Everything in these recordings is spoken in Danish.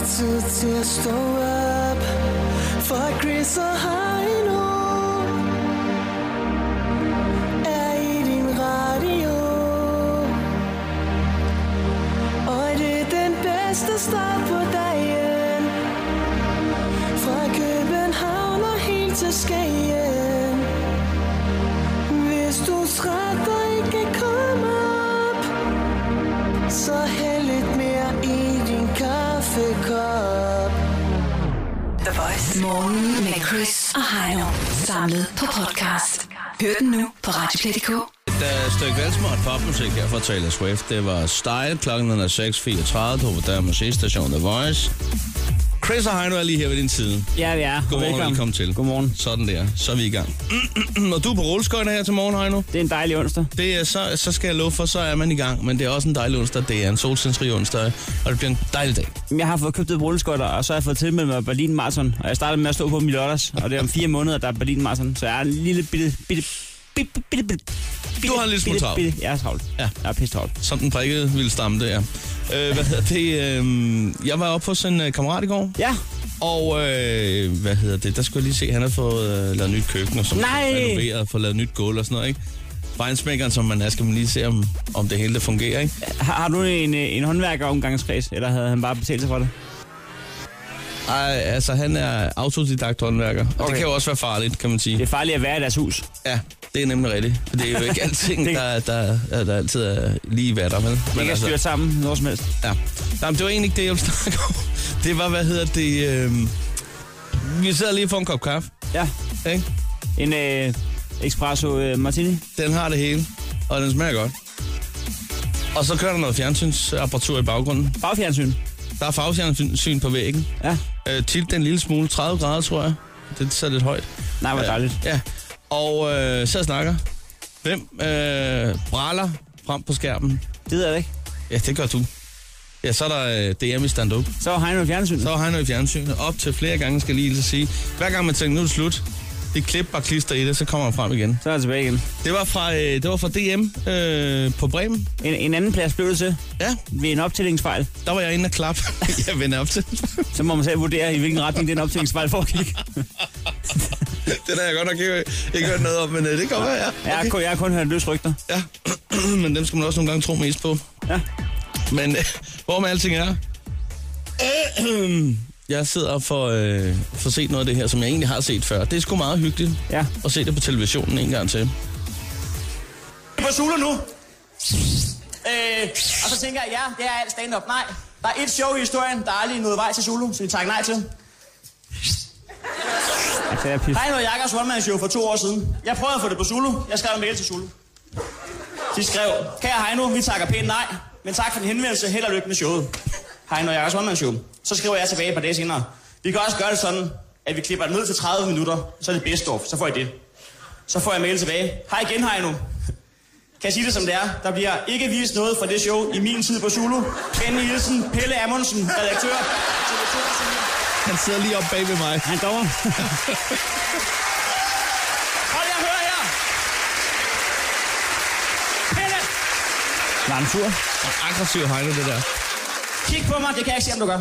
tid til at stå op for Chris og Heino er i din radio. Og det er den bedste start på dagen. Fra København og helt til Skagen. Hvis du er træt og ikke kan komme op, så hæld lidt mere i din kaffekop. The Voice. Morgen med Chris og Heino. Samlet på podcast. Hør den nu på Radioplay.dk. Et stykke velsmart popmusik her fra Taylor Swift. Det var Style. Klokken er 6:34 på der musikstation The Voice. Chris og Heino er lige her ved din side. Ja, vi er. Godmorgen og velkommen til. Godmorgen. Sådan der. Så er vi i gang. Og du er på rulleskøjter her til morgen, Heino. Det er en dejlig onsdag. Det er, så skal jeg love for, så er man i gang. Men det er også en dejlig onsdag. Det er en solskinsrig onsdag, og det bliver en dejlig dag. Jeg har fået købt et rulleskøjter, og så har jeg fået tilmeldt mig Berlin Marathon. Og jeg startede med at stå på min lørdags, og det er om 4 måneder, der er Berlin Marathon. Så jeg er en lille bitte. Du har en lille smule travlt. Jeg er travlt. Ja. Jeg er pisse travlt. Som den prikkede ville stamme det, ja. Hvad hedder det? Jeg var oppe hos en kammerat i går. Ja. Og der skulle jeg lige se, han har fået lavet nyt køkken og sådan renoveret, fået lavet nyt gulv og sådan noget, ikke? Regnsmækkeren, som man er, skal man lige se, om det hele det fungerer, ikke? Har du en håndværker-omgangskreds, eller havde han bare betalt sig for det? Ej, altså han er autodidakt håndværker, og det kan jo også være farligt, kan man sige. Det er farligt at være i deres hus. Ja, det er nemlig rigtigt. For det er jo ikke alting, der altid er lige hvad der, vel? Det kan styre sammen, noget som helst. Ja. Jamen, det var egentlig ikke det, jeg ville snakke om. Det var, vi sidder lige for en kop kaffe. Ja. Ikke? En espresso martini. Den har det hele, og den smager godt. Og så kører der noget fjernsynsapparatur i baggrunden. Farvefjernsyn. Der er farvefjernsyn på væggen. Ja. Tilt den lille smule, 30 grader, tror jeg. Det ser lidt højt. Nej, hvor dejligt. Ja. Og så snakker. Hvem braller frem på skærmen? Det ved jeg ikke. Ja, det gør du. Ja, så er der DM i stand-up. Så var Heino i fjernsynet. Så var Heino i fjernsynet. Op til flere gange, skal lige sige. Hver gang man tænker, nu er det slut. Det klip bare klister i det, så kommer man frem igen. Så er jeg tilbage igen. Det var fra DM på Bremen. En anden plads blev det til. Ja. Ved en optællingsfejl. Der var jeg inde og klappe. Jeg vender op til. Så må man selv vurdere, i hvilken retning den optællingsfejl foregik. Det der jeg godt nok ikke hørt noget om, men det kan være, ja. Okay. Jeg har kun hørt løs rygter. Ja, men dem skal man også nogle gange tro mest på. Ja. Men hvor med alting er... Jeg sidder og får set noget af det her, som jeg egentlig har set før. Det er sgu meget hyggeligt at se det på televisionen en gang til. På Zulu nu. Og så tænker jeg, ja, det er alt stand-up. Nej, der er et show i historien, der er aldrig nået vej til Zulu, så vi tager nej til. Heino og Jakkers one-man-show for 2 år siden. Jeg prøvede at få det på Zulu. Jeg skrev en mail til Zulu. De skrev, kære Heino, vi takker pænt nej, men tak for din henvendelse. Held og lykke med showet. Heino og Jakkers one-man-show. Så skriver jeg tilbage et par dage senere. Vi kan også gøre det sådan, at vi klipper det ned til 30 minutter, så er det best of. Så får I det. Så får jeg mail tilbage. Hej igen, Heino. Kan jeg sige det som det er? Der bliver ikke vist noget fra det show i min tid på Zulu. Kenny Nielsen, Pelle Amundsen, redaktør. Han sidder lige oppe bag ved mig. Han dommer. Hold jer, hør her. Pelle! Var han sur? Aggressiv Heino, det der. Kig på mig, det kan jeg ikke se, om du gør.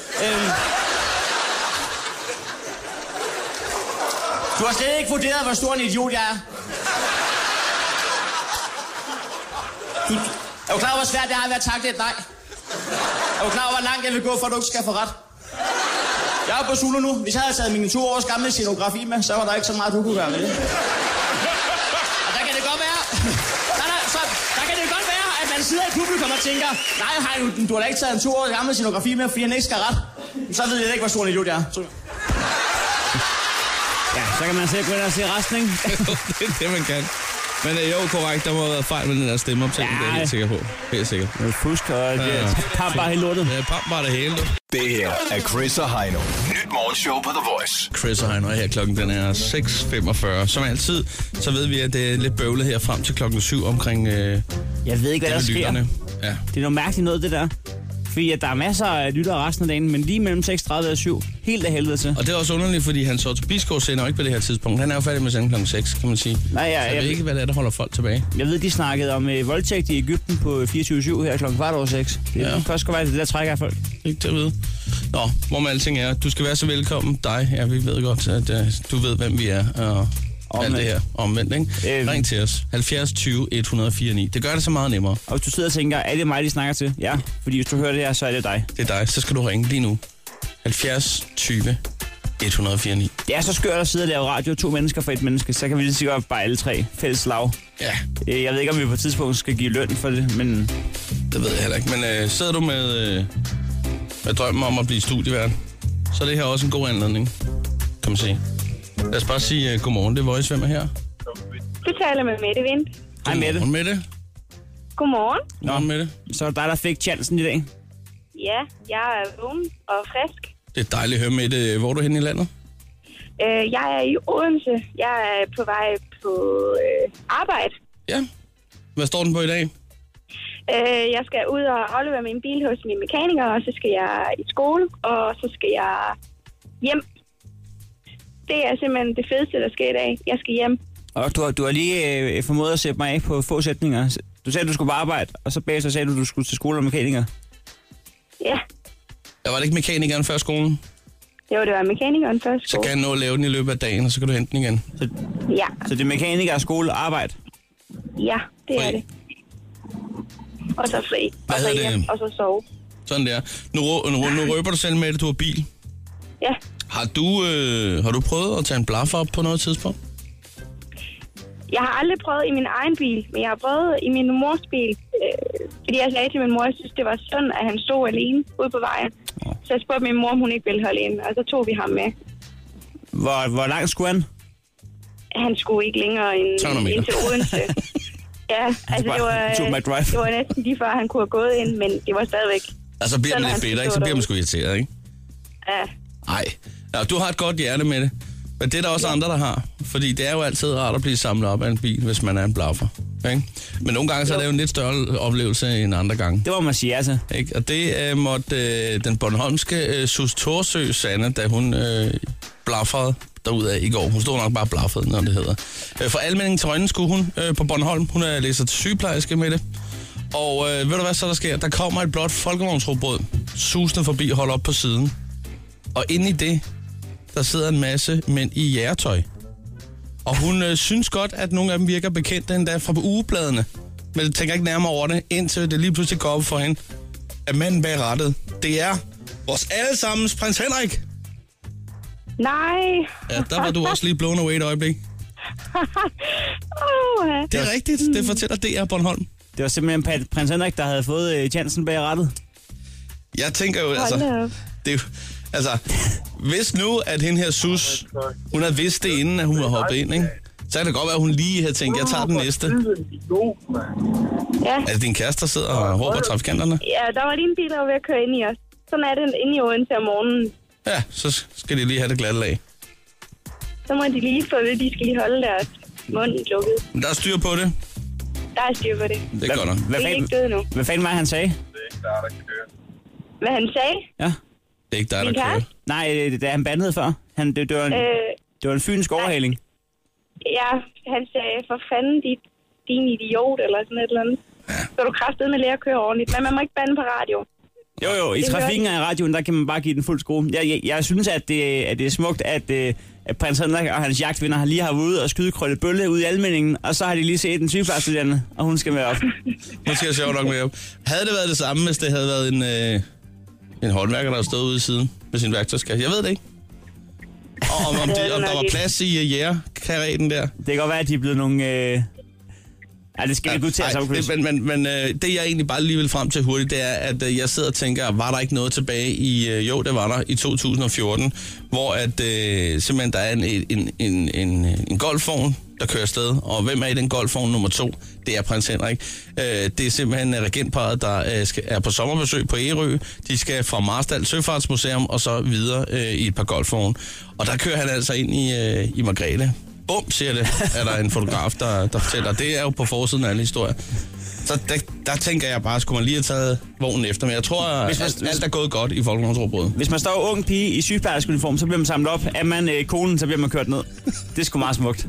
Du har slet ikke vurderet, hvor stor en idiot jeg er. Er du klar over, hvor svært det er at takle et nej? Er du klar over, hvor langt jeg vil gå, for at du ikke skal få ret? Jeg er på Zulu nu. Hvis jeg havde taget mine 2 års gamle scenografi med, så var der ikke så meget, du kunne gøre med det. Og der kan det godt være... Der kan det godt være, at man sidder i publikum og tænker, nej, Heino, du har da ikke taget en 2 år gamle scenografi med, fordi han ikke skal ret. Så ved jeg ikke, hvor stor en idiot jeg er. Ja, så kan man selv gå ind og se resten, ikke? Det er det, man kan. Men jo, korrekt, der må have været fejl med den der stemmeoptagning, det er jeg helt sikker på. Helt sikkert. Det er fusk, og pap bare helt lortet. Ja, pap bare det hele. Det her er Chris og Heino. Nyt morgenshow på The Voice. Chris og Heino er her, klokken den er 6:45. Som altid, så ved vi, at det er lidt bøvlet her frem til klokken 7 omkring jeg ved ikke, hvad der sker. Ja. Det er noget mærkeligt noget, det der. Fordi at der er masser af lyttere resten af dagen, men lige mellem 6.30 og 7, helt af helvede til. Og det er også underligt, fordi Hans Otto Bisgaard sender jo ikke på det her tidspunkt. Han er jo færdig med senden kl. 6, kan man sige. Nej, jeg ved ikke, hvad det er, der holder folk tilbage. Jeg ved, de snakkede om voldtægt i Egypten på 24/7 her kl. 6:15. Det er først skal være det der trækker af folk. Ikke til at vide. Nå, hvor med alting er. Du skal være så velkommen. Dig, ja, vi ved godt, at du ved, hvem vi er. Og alt det her omvendt, ikke? Ring til os. 70 20 104 9. Det gør det så meget nemmere. Og hvis du sidder og tænker, er det mig, de snakker til? Ja, fordi hvis du hører det her, så er det dig. Det er dig. Så skal du ringe lige nu. 70 20 104 9. Det er så skørt at sidde og lave radio 2 mennesker for 1 menneske. Så kan vi lige så godt bare alle 3 fælles lag. Ja. Jeg ved ikke, om vi på et tidspunkt skal give løn for det, men... Det ved jeg heller ikke. Men sidder du med drømmen om at blive studievært, så er det her også en god anledning, kan man sige. Lad os bare sige godmorgen. Det er Voice. Hvem er her? Du taler med Mette Vind. Hej Mette. Godmorgen, Mette. Godmorgen. Godmorgen, Mette. Så er det dig, der fik chancen i dag. Ja, jeg er vågen og frisk. Det er dejligt at høre, Mette. Hvor er du henne i landet? Jeg er i Odense. Jeg er på vej på arbejde. Ja. Hvad står den på i dag? Jeg skal ud og aflevere min bil hos min mekaniker, og så skal jeg i skole, og så skal jeg hjem. Det er simpelthen det fedeste, der sker i dag. Jeg skal hjem. Og du har lige formået at sætte mig af på få sætninger. Du sagde, at du skulle på arbejde, og så bagefter sagde du, at du skulle til skole og mekaniker. Ja. Der var det ikke mekanikeren før skolen? Jo, det var mekanikeren før skole. Så kan jeg nå at lave den i løbet af dagen, og så kan du hente den igen. Ja. Så det er mekaniker, skole og arbejde? Ja, det fri. er det. Og så fri. Hvad og så hedder hjem, det? og så sove. Sådan der. Nu røber du selv med, at du har bil. Ja. Har du prøvet at tage en blaffer op på noget tidspunkt? Jeg har aldrig prøvet i min egen bil, men jeg har prøvet i min mors bil. Fordi jeg sagde til min mor, at jeg synes, det var synd, at han stod alene ude på vejen. Så jeg spurgte min mor, om hun ikke ville holde ind, og så tog vi ham med. Hvor langt skulle han? Han skulle ikke længere ind til Odense. Ja, altså det var næsten lige før, han kunne have gået ind, men det var stadigvæk. Og så bliver man lidt bitter, ikke? Så bliver man sgu irriteret, ikke? Ja. Nej. Ja, du har et godt hjerte med det. Men det er der også andre, der har. Fordi det er jo altid rart at blive samlet op af en bil, hvis man er en blaffer. Ikke? Men nogle gange så er det jo en lidt større oplevelse end andre gange. Det må man sige, altså. Ikke? Og det måtte den bornholmske Sus Thorsø sande, da hun blaffede derudad i går. Hun stod nok bare blaffede, når det hedder. For Almindingen til Rønne skulle hun på Bornholm. Hun er læser til sygeplejerske med det. Og ved du hvad så der sker? Der kommer et blåt folkevognsrugbrød susende forbi og holder op på siden. Og inde i det, der sidder en masse mænd i jægertøj. Og hun synes godt, at nogle af dem virker bekendte endda fra ugebladene. Men jeg tænker ikke nærmere over det, indtil det lige pludselig går op for hende, at manden bag rattet, det er vores allesammens prins Henrik. Nej. Ja, der var du også lige blown away et øjeblik. Det er rigtigt, det fortæller DR Bornholm. Det var simpelthen prins Henrik, der havde fået chancen bag rattet. Jeg tænker jo, hvis nu, at hende her Sus, hun havde vidst det inden, at hun var hoppet ind, ikke? Så kan det godt være, at hun lige havde tænkt, jeg tager den næste. Ja. Er det din kæreste, der sidder og råber trafikanterne? Ja, der var lige en bil, der var ved at køre ind i os. Sådan er det inde i Odense om morgenen. Ja, så skal de lige have det glatte lag. Så må de lige få det, de skal lige holde deres mund lukket. Men der er styr på det. Der er styr på det. Det er godt nok. Det er ikke død nu. Hvad fanden var han sagde? Hvad han sagde? Det Ja. er ikke dig, der kører. Nej, det han bandede før. Det var en fynsk overhaling. Ja, han sagde, for fanden, din idiot, eller sådan et eller andet. Så du kraftedeme lære at køre ordentligt. Men man må ikke bande på radio. Jo, i trafikken og i radioen, der kan man bare give den fuld skrue. Jeg synes, at det er smukt, at prins Henrik og hans jagtvinder lige har været ude og skyde Krølle Bølle ud i Almindingen, og så har de lige set en sygeplejestuderende, og hun skal være op. Hun skal sjovt nok med op. Havde det været det samme, hvis det havde været en håndværker, der stod ude i siden med sin værktøjskasse? Jeg ved det ikke. Og om der var plads i jægerkaretten der. Det kan godt være, at de er blevet nogle... det skal vi gå til at sammen. Men det jeg egentlig bare lige vil frem til hurtigt, det er, at jeg sidder og tænker, var der ikke noget tilbage i... Jo, det var der i 2014, hvor at simpelthen der er en golfvogn, der kører afsted. Og hvem er i den golfvogn nummer 2? Det er prins Henrik. Det er simpelthen regentparret, der er på sommerbesøg på Ærø. De skal fra Marstal Søfartsmuseum og så videre i et par golfvogne. Og der kører han altså ind i Margrethe bum, siger det, er der en fotograf, der fortæller. Det er jo på forsiden af alle historier. Så der tænker jeg bare, skulle man lige have taget vognen efter. Men jeg tror, at alt er gået godt i Folkevognsråbrødet. Hvis man står ung pige i sygeplejerskeuniform, så bliver man samlet op. Er man konen, så bliver man kørt ned. Det er sgu meget smukt.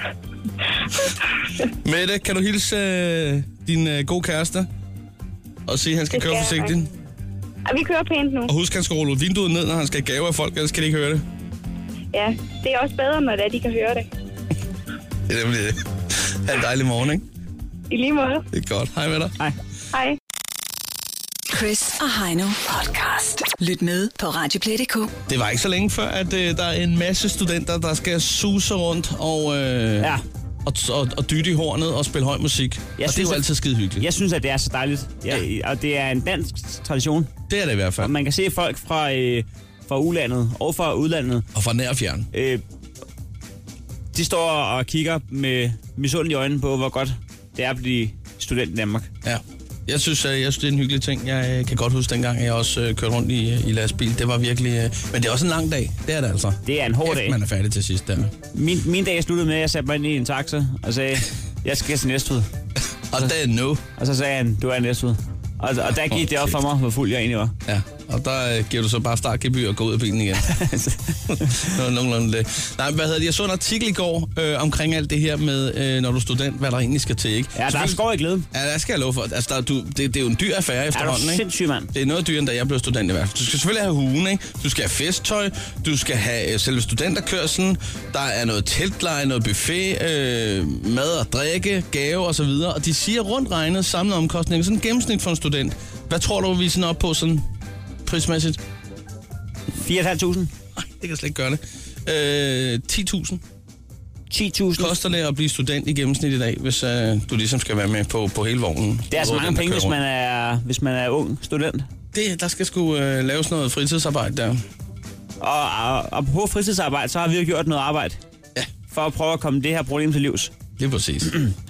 Mette, kan du hilse din gode kæreste? Og sige, at han skal køre forsigtigt? Og vi kører pænt nu. Og husk, at han skal rulle vinduet ned, når han skal have gave af folk, ellers kan de ikke høre det. Ja, det er også bedre, når de kan høre det. Det er nemlig det. Ha' en dejlig morgen, ikke? I lige måde. Det er godt. Hej med dig. Hej. Hej. Chris og Heino podcast. Lyt med på Radioplay.dk. Det var ikke så længe før, at der er en masse studenter, der skal suse rundt og dytte i hornet og spille høj musik. Og det er jo altid skide hyggeligt. Jeg synes, at det er så dejligt. Og det er en dansk tradition. Det er det i hvert fald. Og man kan se folk fra udlandet og fra udlandet. Og fra nær og fjern. De står og kigger med misundelige øjne på, hvor godt det er at blive student i Danmark. Ja. Jeg synes, det er en hyggelig ting. Jeg kan godt huske dengang, jeg også kørte rundt i lastbil. Det var virkelig... Men det er også en lang dag. Det er det altså. Det er en hård dag. Man er færdig til sidst der. Min dag sluttede med, at jeg satte mig ind i en taxa og sagde, jeg skal til Næstved. Og det er nu. Og så sagde han, du er Næstved. Og der gik det op for mig, hvor fuld jeg egentlig var. Ja, og der giver du så bare startgebyr og går ud af bilen igen. Nogenlunde det. Nej, hvad hedder det? Jeg så en artikel i går omkring alt det her med, når du er student, hvad der egentlig skal til, ikke? Ja, der er skår i glæden. Ja, der skal jeg love for. Altså, det er jo en dyr affære efterhånden, ikke? Sindssygt, mand. Det er noget dyrere, end da jeg blev student i hvert fald. Du skal selvfølgelig have hugen, ikke? Du skal have festtøj, du skal have selve studenterkørselen, der er noget teltleje, noget buffet, mad og drikke, gave og så videre. Og de siger rundt regnet samlede omkostninger, sådan en gennemsnit for en student. Hvad tror du, vi er sådan op på sådan prismæssigt? 4.500? Nej, det kan slet ikke gøre det. 10.000. 10.000? Koster det at blive student i gennemsnit i dag, hvis du ligesom skal være med på hele vognen? Det er altså mange penge, hvis man er ung student. Der skal sgu laves noget fritidsarbejde der. Og på fritidsarbejde, så har vi jo gjort noget arbejde. Ja. For at prøve at komme det her problem til livs. Lige præcis.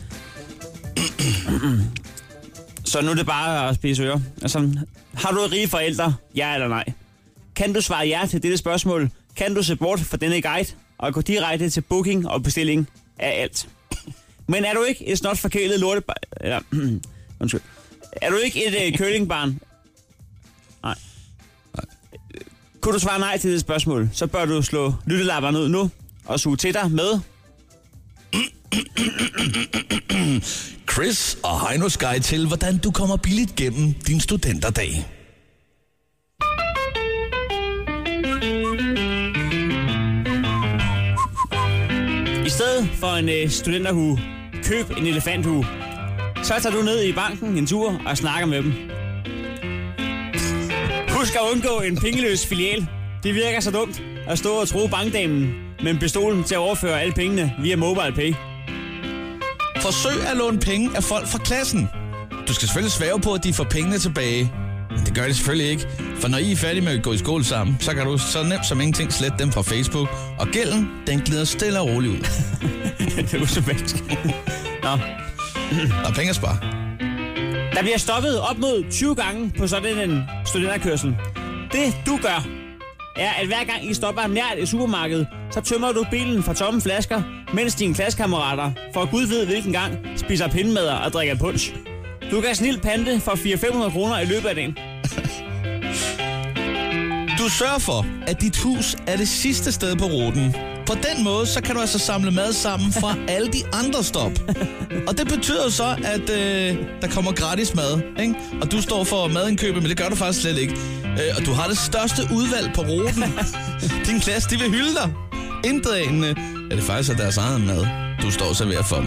Så nu er det bare at spise ører. Altså, har du rige forældre? Ja eller nej? Kan du svare ja til dette spørgsmål? Kan du se bort fra denne guide og gå direkte til booking og bestilling af alt? Men er du ikke et snot forkælet lortebarn? Eller, undskyld. Er du ikke et curlingbarn? Nej. Kunne du svare nej til det spørgsmål, så bør du slå lyttelapperne ud nu og suge til dig med... Chris og Heinos guide til, hvordan du kommer billigt gennem din studenterdag. I stedet for en studenterhue, køb en elefanthue. Så tager du ned i banken en tur og snakker med dem. Husk at undgå en pengeløs filial. Det virker så dumt at stå og tro bankdamen med en pistol til at overføre alle pengene via MobilePay. Forsøg at låne penge af folk fra klassen. Du skal selvfølgelig svære på, at de får pengene tilbage. Men det gør de selvfølgelig ikke. For når I er færdige med at gå i skole sammen, så kan du så nemt som ingenting slette dem fra Facebook. Og gælden, den glider stille og roligt ud. Det er usædvanligt. Nå. Der er penge at spare. Der bliver stoppet op mod 20 gange på sådan en studenterkørsel. Det du gør, er, at hver gang I stopper nært et supermarked, så tømmer du bilen for tomme flasker, mens dine klassekammerater, for Gud ved hvilken gang, spiser pindemader og drikker punch. Du kan snilt pante for 400-500 kroner i løbet af dagen. Du sørger for, at dit hus er det sidste sted på ruten. På den måde, så kan du altså samle mad sammen fra alle de andre stop. Og det betyder så, at der kommer gratis mad, ikke? Og du står for madindkøbet, men det gør du faktisk slet ikke. Og du har det største udvalg på ruten. Din klasse, de vil hylde dig. Intet er det faktisk deres eget mad, du står og serverer for dem.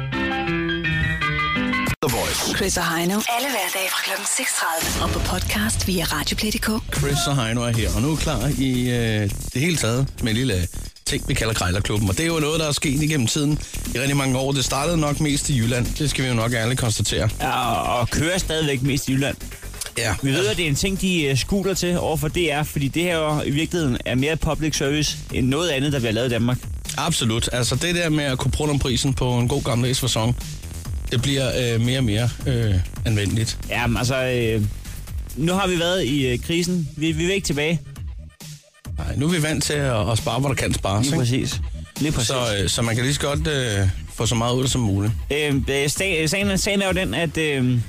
Chris og Heino. Alle hverdage fra kl. 6:30. Og på podcast via Radioplay.dk. Chris og Heino er her, og nu er klar i det hele taget med en lille ting, vi kalder Krejlerklubben. Og det er jo noget, der er sket igennem tiden i rigtig mange år. Det startede nok mest i Jylland. Det skal vi jo nok ærligt konstatere. Ja, og kører stadigvæk mest i Jylland. Ja. Vi ved, at det er en ting, de skuler til overfor DR, fordi det her jo i virkeligheden er mere public service end noget andet, der bliver lavet i Danmark. Absolut. Altså det der med at kunne prøve om prisen på en god gammeldags facon, det bliver mere og mere anvendeligt. Ja, altså, nu har vi været i krisen. Vi er ikke tilbage. Nej, nu er vi vant til at spare, hvor der kan spares. Lige præcis. Lige præcis. Så man kan lige så godt få så meget ud som muligt. Sagen er jo den, at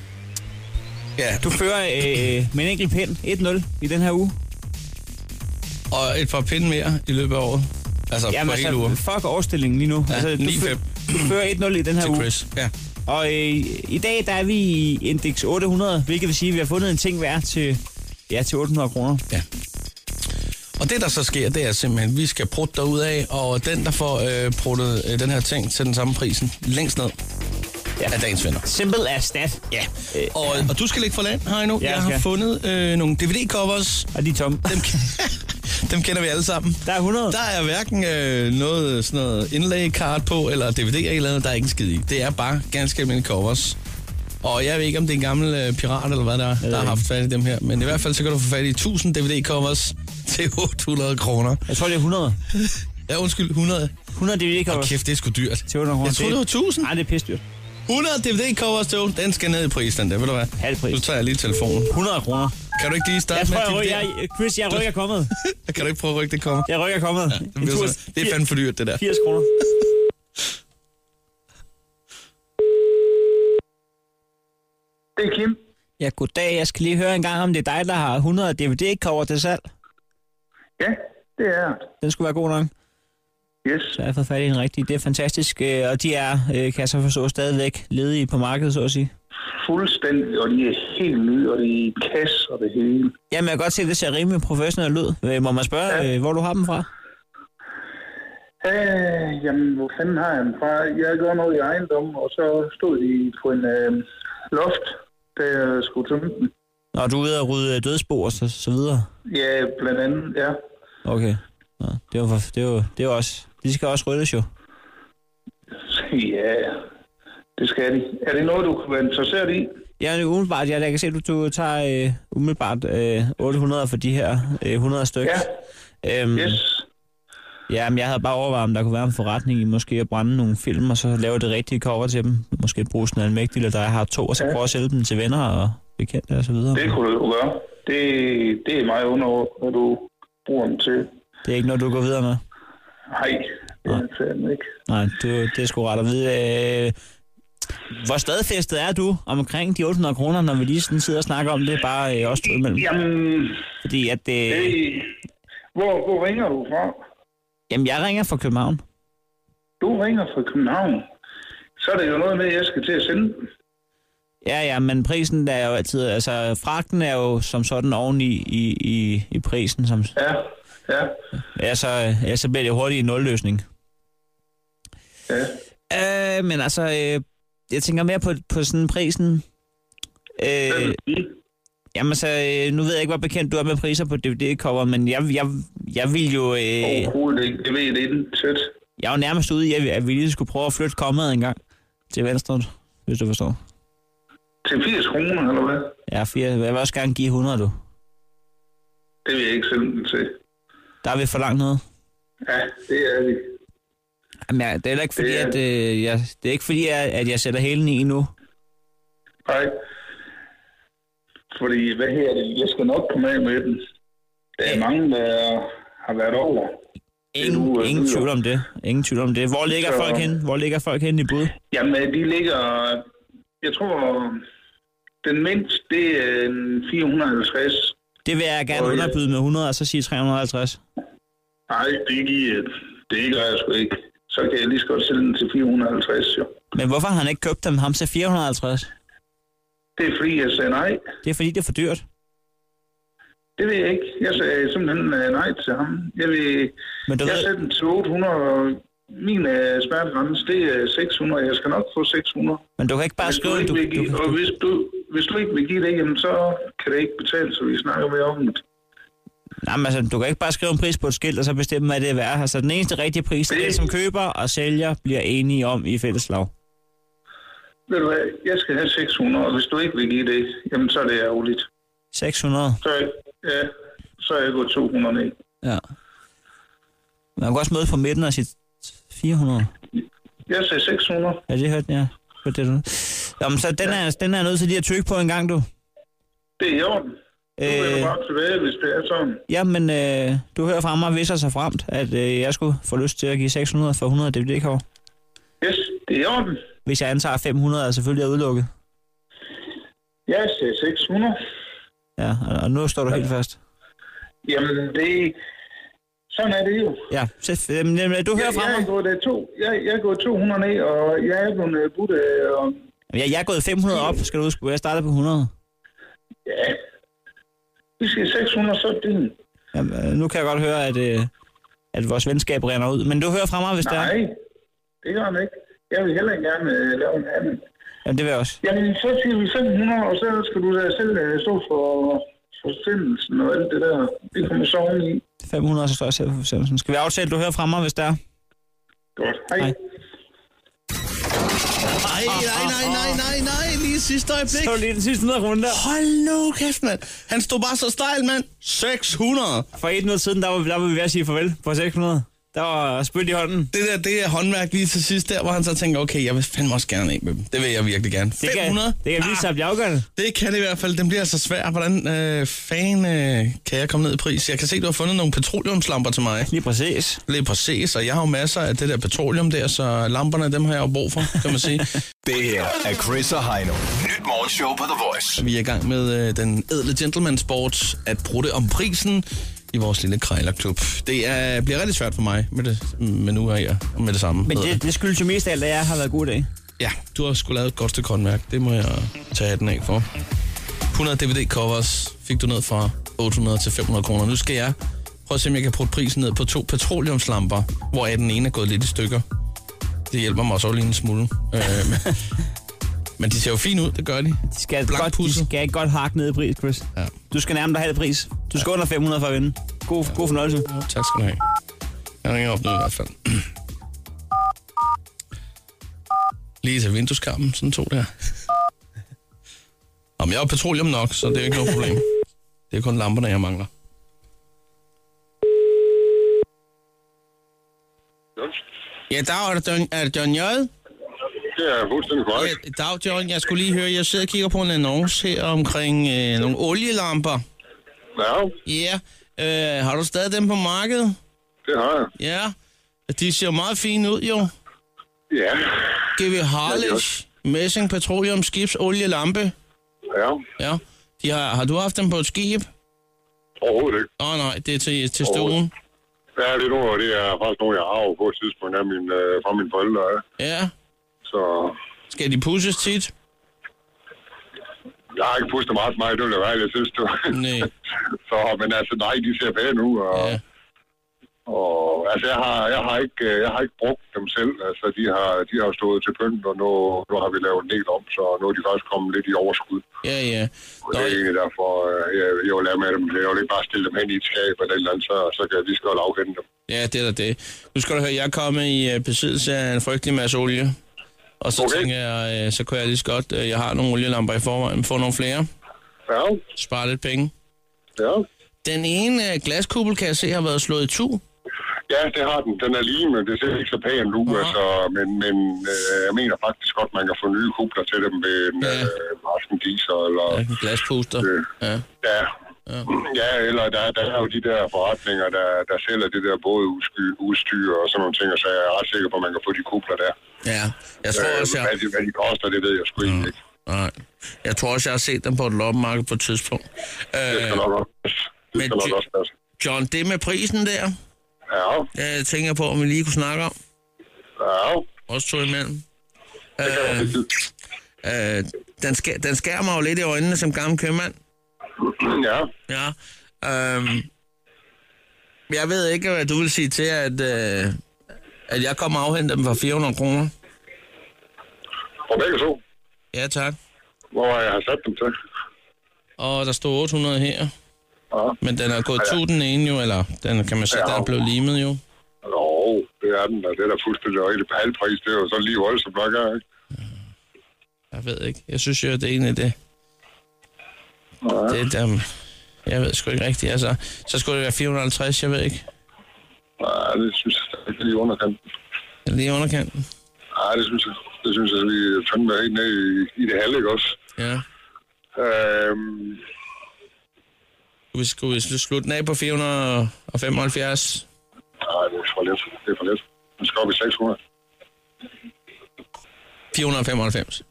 du fører med en enkelt pind 1-0 i den her uge. Og et par pinde mere i løbet af året. Altså på hele ugen. Fuck årsstillingen lige nu. Ja, altså, du fører 1-0 i den her til uge. Chris. Ja. Og i dag, der er vi i indeks 800, hvilket vil sige, at vi har fundet en ting værd til 800 kroner. Ja. Og det, der så sker, det er simpelthen, at vi skal prutte derud af, og den, der får pruttet den her ting til den samme prisen længst ned, er dagens vinder. Simple as that. Ja. Og du skal ligge for land, Heino. Ja, jeg har fundet nogle DVD-covers. Og de er tomme. Dem kender vi alle sammen. Der er 100. Der er hverken noget indlæg-kart på, eller DVD'er eller andet, der er ikke en skid i. Det er bare ganske almindelige covers. Og jeg ved ikke, om det er en gammel pirat, eller hvad der har haft fat i dem her. Men i hvert fald, så kan du få fat i 1000 DVD-covers til 800 kroner. Jeg tror, det er 100. Ja, undskyld, 100. 100 DVD-covers. Åh, kæft, det er sgu dyrt. Til 800 kroner. Jeg troede, det var 1000. Nej, det er pisse dyrt. 100 DVD-covers til 8. Den skal ned i pris, den der, ved du hvad? Halvpris. Nu tager jeg lige telefonen. 100 kroner. Kan du ikke lige starte med Chris, jeg rykker kommet. Kan du ikke prøve at rykke det kommer? Jeg rykker kommet. Ja, det er fandme for dyrt, det der. 80 kroner. Det er Kim. Ja, goddag. Jeg skal lige høre en gang, om det er dig, der har 100 DVD-cover til salg. Ja, det er. Den skulle være god nok. Yes. Så jeg har fået fat i en rigtig. Det er fantastisk. Og de er, kan jeg så forstå, stadigvæk ledige på markedet, så at sige. Fuldstændig, og de er helt nye, og de er i kasse og det hele. Jamen, jeg kan godt se, at det ser rimelig professionelt ud. Må man spørge, hvor du har dem fra? Jamen, hvor fanden har jeg dem fra? Jeg gjorde noget i ejendom, og så stod de på en loft, da jeg skulle tømme den. Når du er ude og rydde dødsbo og så videre? Ja, blandt andet, ja. Okay. Nå, det er også... De skal også ryddes jo. Ja, det skal de. Er det noget, du kunne være interesseret i? Ja, umiddelbart. Jeg kan se, at du tager umiddelbart 800 for de her 100 stykker. Ja, yes. Ja, men jeg havde bare overvejet, om der kunne være en forretning i måske at brænde nogle film, og så lave det rigtige cover til dem. Måske bruge sådan en mægtig, eller der har 2, og så prøve at sælge dem til venner og bekendte og så videre. Det kunne du gøre. Det er meget underordnet, hvad du bruger dem til. Det er ikke noget, du går videre med? Nej, det er fandme ikke. Nej, det er sgu ret at vide. Hvor stadfæstet er du omkring de 800 kroner, når vi lige sådan sidder og snakker om det, bare også to imellem? Jamen, fordi at det... Hvor ringer du fra? Jamen, jeg ringer fra København. Du ringer fra København? Så er det jo noget med, at jeg skal til at sende den. Ja, men prisen er jo altid... Altså, fragten er jo som sådan oveni i prisen. Som, ja. Så bliver det hurtigt en nulløsning. Ja. Men altså, jeg tænker mere på sådan prisen. Jamen så, nu ved jeg ikke, hvor bekendt du er med priser på DVD-cover, men jeg vil jo... Overhovedet ikke, det ved jeg ikke tæt. Jeg er jo nærmest ude i, at vi lige skulle prøve at flytte kommet en gang til venstre, hvis du forstår. Til 80 kroner, eller hvad? Ja, 80. Jeg vil også gerne give 100, du. Det vil jeg ikke sende til. Der er vi for langt nede. Ja, det er vi. Jamen, det er heller ikke fordi, det er ikke fordi, at jeg sætter hælen i nu. Nej. Fordi, hvad her det? Jeg skal nok komme af med den. Der er mange, der har været over. Ingen tvivl om det. Ingen tvivl om det. Hvor ligger folk hen? Hvor ligger folk hen i bud? Jamen, de ligger... Jeg tror, den mindste, det er 450. Det vil jeg gerne underbyde med 100, og så sige 350. Nej, det gør jeg sgu ikke. Så kan jeg lige så godt sælge den til 450, jo. Men hvorfor har han ikke købt dem ham til 450? Det er fordi, jeg sagde nej. Det er fordi, det er for dyrt? Det ved jeg ikke. Jeg sagde simpelthen nej til ham. Jeg sætter den til 800, og min smertegrænse, det er 600. Jeg skal nok få 600. Men du kan ikke bare skrive... Hvis du ikke vil give det, jamen, så kan det ikke betale, så vi snakker mere om det. Nej, men altså, du kan ikke bare skrive en pris på et skilt, og så bestemme, hvad det er værd. Altså, den eneste rigtige pris, det er, som køber og sælger bliver enige om i fælleslag. Ved du hvad, jeg skal have 600, og hvis du ikke vil give det, jamen, så er det ærgerligt. 600? Så er jeg gået 200 ned. Ja. Man kan også møde på midten og sige 400. Jeg sagde 600. Ja, det hørte jeg. Jamen, så den er nødt til lige at trykke på en gang, du. Det er i orden. Du vil bare tilbage, hvis det er sådan. Jamen, du hører fra mig, hvis jeg så fremt, at jeg skulle få lyst til at give 600 for 100 DVD-kort. Yes, det er i orden. Hvis jeg antager 500, er selvfølgelig udelukket. Jeg siger 600. Ja, og nu står du helt fast. Jamen, sådan er det jo. Ja, du hører fra mig. Jeg er gået 200 ned, og jeg er blevet budt. Jeg er gået 500 op, skal du huske. Jeg starter på 100. Ja. Vi skal 600, så er det. Jamen, nu kan jeg godt høre, at vores venskab render ud. Men du hører fra mig, hvis det er. Nej, det gør han ikke. Jeg vil heller gerne lave en anden. Jamen, det vil jeg også. Jamen, så siger vi 500, og så skal du da selv stå for forsendelsen og alt det der. Det kommer så oven i. 500, så står jeg selv for forsendelsen. Skal vi aftale, at du hører fra mig, hvis det er? Godt. Hej. Nej, lige sidste øjeblik. Så lige den sidste runde der. Hold nu kæft, mand. Han stod bare så stejl, mand. 600. For 1 minut siden, der var vi ved at sige farvel på 600. Der var spyt i hånden. Det er håndværk lige til sidst der, hvor han så tænker, okay, jeg vil fandme også gerne af med dem. Det vil jeg virkelig gerne. 500? Det kan vise sig at blive afgørende. Det kan det i hvert fald. Den bliver så svær. Hvordan kan jeg komme ned i pris? Jeg kan se, du har fundet nogle petroleumslamper til mig. Lige præcis. Og jeg har jo masser af det der petroleum der, så lamperne, dem har jeg jo brug for, kan man sige. Det her er Chris og Heino. Nyt morgenshow på The Voice. Vi er i gang med den ædle gentleman sport at prutte om prisen i vores lille krejlerklub. Det bliver rigtig svært for mig med nu og med det samme. Men det skyldes jo mest af alt, at jeg har været god i dag. Ja, du har sgu lavet et godt stykke håndværk. Det må jeg tage den af for. 100 DVD-covers fik du ned fra 800 til 500 kroner. Nu skal jeg prøve at se, om jeg kan prutte prisen ned på 2 petroleumslamper, hvor den ene er gået lidt i stykker. Det hjælper mig også lige en smule. Men de ser jo fint ud, det gør de. De skal ikke godt hakke ned i pris, Chris. Ja. Du skal nærmere dig halv pris. Du skal under 500 for at vinde. God fornøjelse. Ja, tak skal du have. Jeg ringer op nu i hvert fald. Lige til vindueskarmen, sådan 2 der. Om jeg har petroleum nok, så det er ikke noget problem. Det er kun lamperne, jeg mangler. Ja, er det John J? Det er fuldstændig korrekt. Dag, John. Jeg skulle lige høre, jeg sidder og kigger på en annonce her omkring nogle olielamper. Ja. Ja. Har du stadig dem på markedet? Det har jeg. Ja. De ser meget fine ud, jo. Ja. GV Harlech, Messing Petroleum Skibs olielampe. Ja. Ja. Har du haft dem på et skib? Overhovedet ikke. Nej, det er til stuen. Ja, det er faktisk noget, jeg har på et tidspunkt af fra mine forældre. Ja. Så... Skal de pusses tit? Jeg har ikke pustet meget for mig, det vil jeg være, jeg synes du. Nej. Så, men altså, nej, de ser pæne ud, og altså, jeg har ikke brugt dem selv. Altså, de har stået til pynt, og nu har vi lavet en del om, så nu er de faktisk kommet lidt i overskud. Ja. Og det er egentlig derfor, jeg vil lade med dem. Jeg vil ikke bare stille dem hen i et skab eller et eller andet, så kan jeg lige så godt afhente dem. Ja, det er da det. Nu skal du høre, jeg er kommet i besiddelse af en frygtelig masse olie. Og så tænker jeg, så kunne jeg lige så godt, jeg har nogle olielamper i forvejen, få nogle flere. Ja. Spare lidt penge. Ja. Den ene glaskuppel, kan jeg se, har været slået i tu. Ja, det har den. Den er lige, men det ser ikke så pænt ud. Altså, men jeg mener faktisk godt, man kan få nye kubler til dem ved en Asken-Diesel eller... Ja, en glaspuster. Ja, eller der er jo de der forretninger, der sælger det der både udstyr og sådan nogle ting, og så er jeg ret sikker på, at man kan få de kubler der. Ja, jeg tror også, hvad de koster, det ved jeg sgu ikke. Nej, jeg tror også, jeg har set dem på et loppemarked på et tidspunkt. Det skal nok også passe. John, det med prisen der? Ja. Jeg tænker på, om vi lige kunne snakke om. Ja. Også to imellem. Den skærer mig jo lidt i øjnene som gammel købmand. Ja. Ja. Jeg ved ikke, hvad du vil sige til, at jeg kommer og afhenter dem for 400 kroner. For begge to? Ja, tak. Hvor jeg har sat dem til? Og der står 800 her. Ja. Men den er gået to den ene jo, eller den kan man sige, der er blevet limet jo. Jo, det er den, og det er da fuldstændig rigtigt på halv pris. Det er jo så lige voldsomt nok her, ikke? Jeg ved ikke. Jeg synes jo, det er egentlig det. Ja. Det jeg ved sgu ikke rigtigt. Altså, så skulle det være 450, jeg ved ikke. Nej, det synes jeg ikke lige underkanten. Lige underkanten? Nej, det synes jeg. Det synes jeg, vi fandme helt ned i det halve, ikke også? Ja. Skulle vi slutte den af på 475? Nej, det er for lidt. Det er for lidt. Den skal op i 600. 495.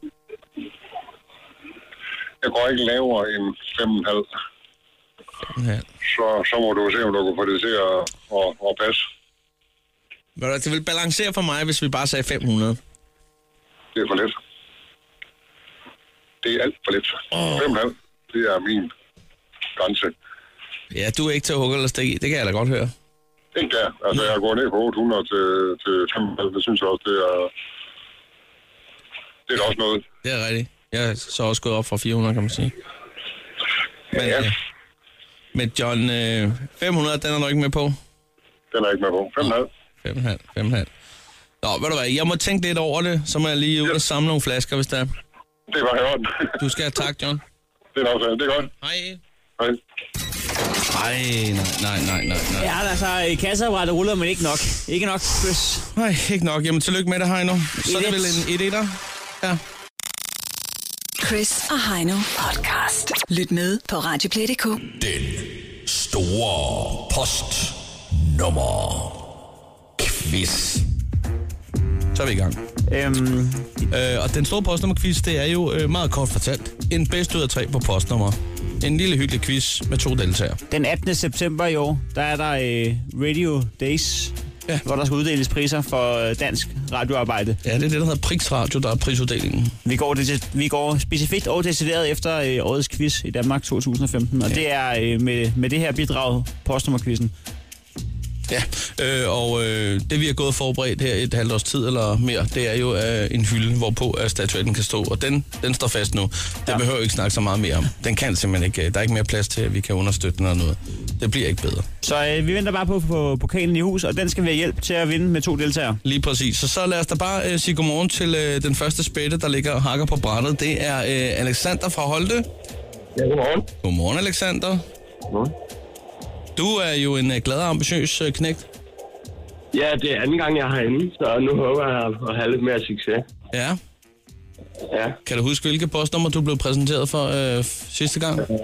Jeg går ikke lavere end 5,5. Ja. Så må du se, om du kan få det til at passe. Det vil balancere for mig, hvis vi bare sagde 500. Det er for lidt. Det er alt for lidt. 5,5. Det er min grænse. Ja, du er ikke til at hugge eller stikke i. Det kan jeg da godt høre. Ikke der. Altså, jeg går ned på 800 til 5,5. Det synes jeg også, det er også noget. Det er rigtigt. Jeg er så også gået op fra 400, kan man sige. Men, ja. Men John, 500, den er du ikke med på? Den er ikke med på. 5,5. 5,5. Nå, ved du hvad, jeg må tænke lidt over det, så må jeg lige ud og samle nogle flasker, hvis der er. Det var i orden. Du skal have tak, John. Det er også, det er godt. Hej. Hej. Nej. Ja, altså, kasseapparatet ruller, men ikke nok. Ikke nok, Chris. Nej, ikke nok. Jamen, tillykke med det, Heino. Så er det vel en 1-1'er? Ja. Chris og Heino podcast. Lyt med på radioplay.dk. Den store postnummer quiz. Så er vi i gang. Og den store postnummer-quiz, det er jo meget kort fortalt en bedst ud af 3 på postnummer. En lille hyggelig quiz med 2 deltagere. Den 18. september i år, der er der Radio Days, hvor der skal uddeles priser for dansk radioarbejde. Ja, det er det, der hedder Prix Radio, der er prisuddelingen. Vi går specifikt og decideret efter årets quiz i Danmark 2015, og det er med det her bidrag, postnummerquizzen. Ja, det vi har gået forberedt her et halvt års tid eller mere, det er jo en hylde, hvorpå statuetten kan stå, og den står fast nu. Den behøver vi ikke snakke så meget mere om. Den kan simpelthen ikke, der er ikke mere plads til, at vi kan understøtte den eller noget. Det bliver ikke bedre. Så vi venter bare på pokalen i hus, og den skal vi have hjælp til at vinde med 2 deltagere. Lige præcis, så lad os da bare sige godmorgen til den første spætte, der ligger og hakker på brættet. Det er Alexander fra Holte. Ja, godmorgen. Godmorgen, Alexander. Godmorgen. Du er jo en glad og ambitiøs knægt. Ja, det er anden gang, jeg er herinde, så nu håber jeg at have lidt mere succes. Ja. Ja. Kan du huske, hvilke postnummer du blev præsenteret for sidste gang? Det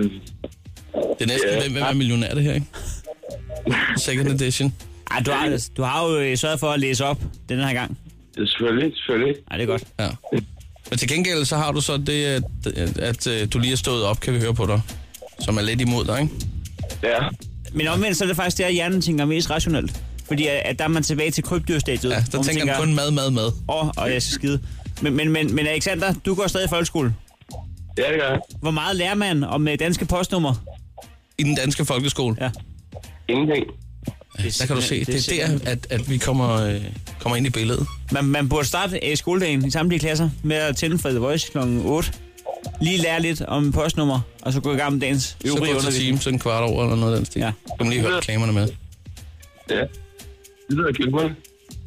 er næsten, hvem er millionær det her, ikke? Second edition. Ej, du har jo sørget for at læse op den her gang. Selvfølgelig. Ej, det er godt. Ja. Men til gengæld, så har du så det, at du lige er stået op, kan vi høre på dig, som er lidt imod dig, ikke? Ja. Men omvendt, så er det faktisk det, at hjernen tænker mest rationelt. Fordi at der er man tilbage til krybdyrstadiet. Ja, der tænker man kun mad. Og jeg skal skide. Men Alexander, du går stadig i folkeskole. Ja, det gør jeg. Hvor meget lærer man om danske postnummer? I den danske folkeskole? Ja. Ingenting. Der kan du se, det er der, at vi kommer ind i billedet. Man burde starte skoledagen i samtlige klasser med at tænde for The Voice kl. 8. Lige lære lidt om postnummer, og så gå i gang med dagens øvrige undervisning. Så gå til time, så en kvart over eller noget af den stil. Ja. Du må lige høre reklamerne med. Ja, det lyder glimrende.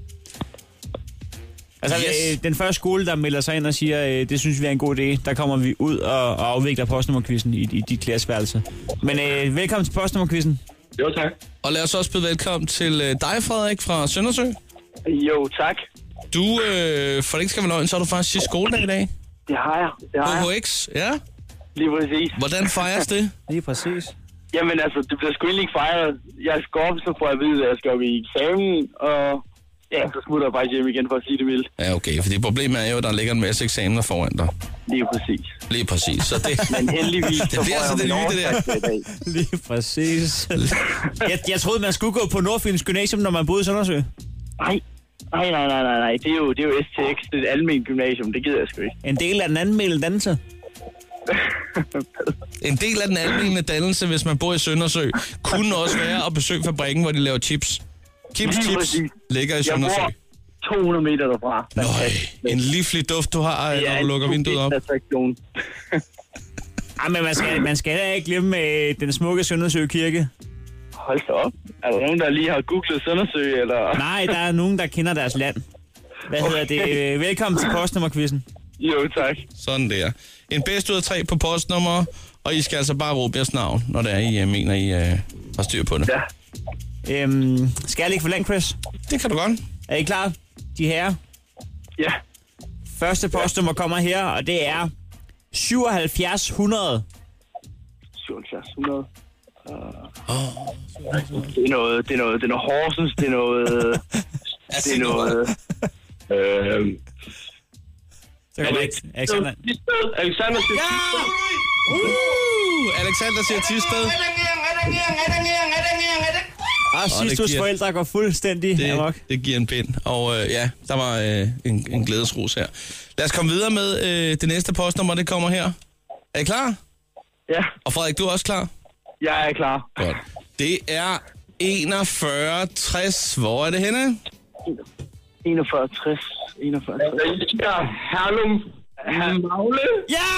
Altså, den første skole, der melder sig ind og siger, det synes vi er en god idé, der kommer vi ud og afvikler postnummerquizzen i dit klasseværelse. Men velkommen til postnummerquizzen. Jo, tak. Og lad os også byde velkommen til dig, Frederik, fra Søndersø. Jo, tak. Du, for det ikke skal være løgn, så har du faktisk sidste skoledag i dag. Det har jeg. HHX, ja? Lige præcis. Hvordan fejres det? Lige præcis. Jamen altså, det bliver sgu egentlig ikke fejret. Jeg skal op, så får jeg at vide, at jeg skal op i eksamen, og ja, så smutter jeg faktisk hjem igen for at sige det vildt. Ja, okay, fordi problemet er jo, at der ligger en masse eksamener foran dig. Lige præcis. Så det... Men heldigvis, det bliver altså det nye, det der. Lige præcis. Jeg troede, man skulle gå på Nordfyns Gymnasium, når man boede i Søndersø. Nej. Det er jo STX, det er et almen gymnasium, det gider jeg sgu ikke. En del af den almene dannelse? En del af den almene dannelse, hvis man bor i Søndersø, kunne også være at besøge fabrikken, hvor de laver chips. Chips ligger i Søndersø. Jeg bor 200 meter derfra. Nøj, en livlig duft, du har, når du lukker vinduet op. Ej, men man skal da ikke glemme den smukke Søndersø Kirke. Hold da op. Er der nogen, der lige har googlet Søndersø, eller? Nej, der er nogen, der kender deres land. Hvad hedder det? Velkommen til postnummerquizzen. Jo, tak. Sådan der. En bedst ud af 3 på postnummer, og I skal altså bare råbe jeres navn, når det er, I mener, I har styr på det. Ja. Skal jeg ligge for langt, Chris? Det kan du godt. Er I klar, de herrer? Ja. Første postnummer kommer her, og det er 7700. 7700. Det er noget Horsens, det er noget... det er noget... Alexander. Alexander siger Alexander siger Thisted. Sidst forældre går fuldstændig amok. Det giver en pind. Og der var en glædesrus her. Lad os komme videre med det næste postnummer, det kommer her. Er I klar? Ja. Og Frederik, du er også klar? Jeg er klar. Godt. Det er 4160. Hvor er det henne? 4160. Herlum. Magle. Ja!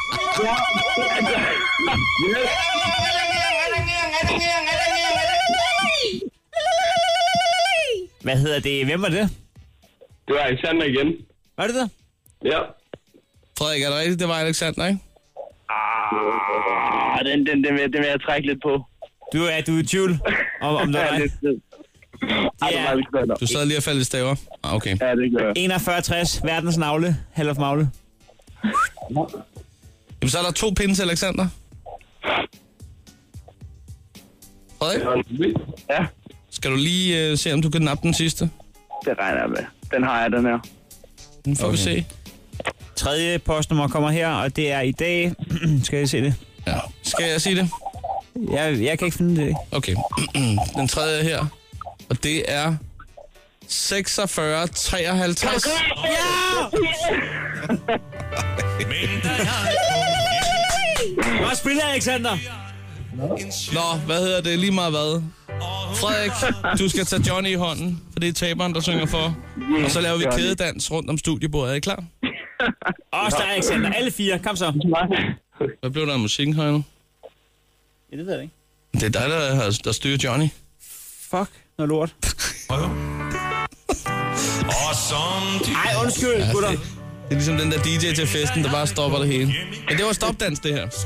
Hvad hedder det? Hvem var det? Det var Alexander igen. Var det der? Ja. Frederik, er det rigtigt? Det var Alexander, ikke? Den vil jeg trække lidt på. Du er i tvivl om det er Du sad lige og faldt i staver. Okay. Ja, det gør jeg. 4160, verdens navle, Hallof Magle. Jamen, så er der 2 pinde til Alexander. Frederik? Ja. Skal du lige se, om du kan nappe den sidste? Det regner jeg med. Den har jeg, den her. Den får vi se. Tredje postnummer kommer her, og det er i dag... Skal jeg se det? Ja. Skal jeg sige det? Jeg kan ikke finde det. Okay. Den tredje her. Og det er 4653. Ja! Hvad spiller Alexander? Nå, hvad hedder det? Lige meget hvad? Frederik, du skal tage Johnny i hånden, for det er taberen, der synger for. Og så laver vi kædedans rundt om studiebordet. Er I klar? Der er Alexander. Alle 4. Kom så. Hvad blev der af musikken, Heino? Ja, det ved jeg ikke. Det er dig, der styrer Johnny. Fuck, noget lort. Ej, undskyld, gutter. Det er ligesom den der DJ til festen, der bare stopper det hele. Men det var stopdans, det her.